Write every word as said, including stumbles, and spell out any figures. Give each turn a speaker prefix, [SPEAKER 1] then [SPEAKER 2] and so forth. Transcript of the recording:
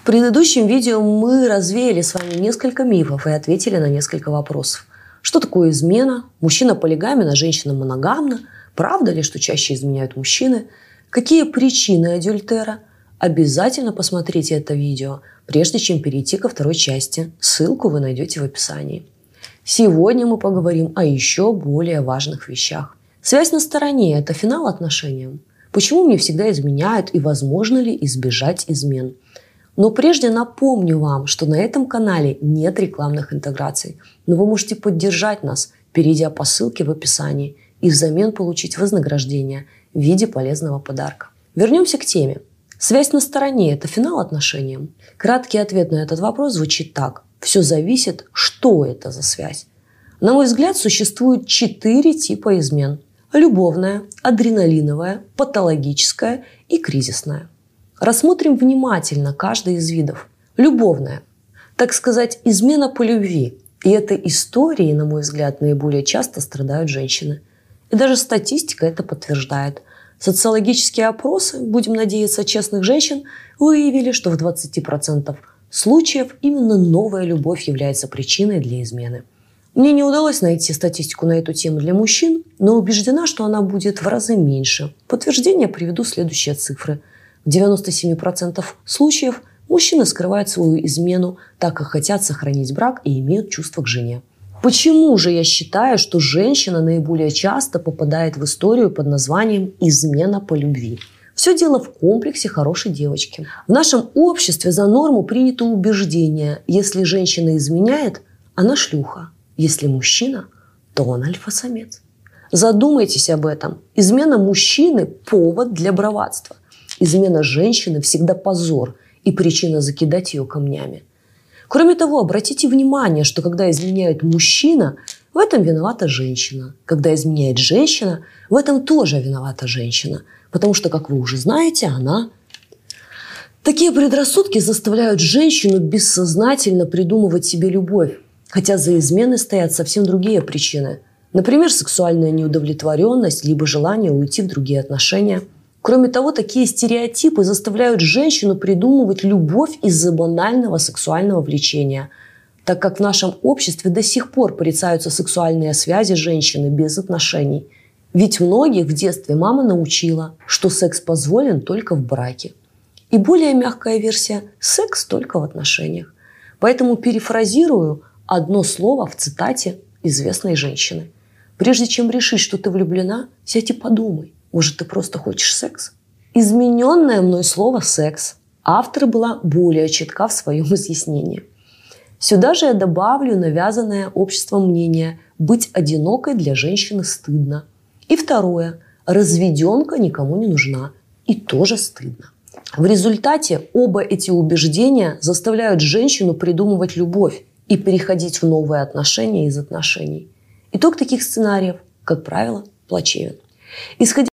[SPEAKER 1] В предыдущем видео мы развеяли с вами несколько мифов и ответили на несколько вопросов. Что такое измена? Мужчина полигамен, а женщина моногамна? Правда ли, что чаще изменяют мужчины? Какие причины адюльтера? Обязательно посмотрите это видео, прежде чем перейти ко второй части. Ссылку вы найдете в описании. Сегодня мы поговорим о еще более важных вещах. Связь на стороне – это финал отношениям. Почему мне всегда изменяют и возможно ли избежать измен? Но прежде напомню вам, что на этом канале нет рекламных интеграций, но вы можете поддержать нас, перейдя по ссылке в описании, и взамен получить вознаграждение в виде полезного подарка. Вернемся к теме. Связь на стороне – это финал отношениям? Краткий ответ на этот вопрос звучит так. Все зависит, что это за связь. На мой взгляд, существует четыре типа измен. Любовная, адреналиновая, патологическая и кризисная. Рассмотрим внимательно каждый из видов. Любовная. Так сказать, измена по любви. И этой историей, на мой взгляд, наиболее часто страдают женщины. И даже статистика это подтверждает. Социологические опросы, будем надеяться, честных женщин, выявили, что в двадцати процентах случаев именно новая любовь является причиной для измены. Мне не удалось найти статистику на эту тему для мужчин, но убеждена, что она будет в разы меньше. В подтверждение приведу следующие цифры. В девяноста семи процентах случаев мужчины скрывают свою измену, так как хотят сохранить брак и имеют чувство к жене. Почему же я считаю, что женщина наиболее часто попадает в историю под названием «измена по любви»? Все дело в комплексе хорошей девочки. В нашем обществе за норму принято убеждение: если женщина изменяет, она шлюха. Если мужчина, то он альфа-самец. Задумайтесь об этом. Измена мужчины – повод для бравадства. Измена женщины всегда позор и причина закидать ее камнями. Кроме того, обратите внимание, что когда изменяет мужчина, в этом виновата женщина. Когда изменяет женщина, в этом тоже виновата женщина. Потому что, как вы уже знаете, она... Такие предрассудки заставляют женщину бессознательно придумывать себе любовь. Хотя за изменой стоят совсем другие причины. Например, сексуальная неудовлетворенность, либо желание уйти в другие отношения. Кроме того, такие стереотипы заставляют женщину придумывать любовь из-за банального сексуального влечения, так как в нашем обществе до сих пор порицаются сексуальные связи женщины без отношений. Ведь многих в детстве мама научила, что секс позволен только в браке. И более мягкая версия – секс только в отношениях. Поэтому перефразирую одно слово в цитате известной женщины. Прежде чем решить, что ты влюблена, сядь и подумай. Может, ты просто хочешь секс? Измененное мной слово «секс». Автор была более четка в своем изъяснении. Сюда же я добавлю навязанное обществом мнение: быть одинокой для женщины стыдно. И второе. Разведенка никому не нужна. И тоже стыдно. В результате оба эти убеждения заставляют женщину придумывать любовь и переходить в новые отношения из отношений. Итог таких сценариев, как правило, плачевен. Исходя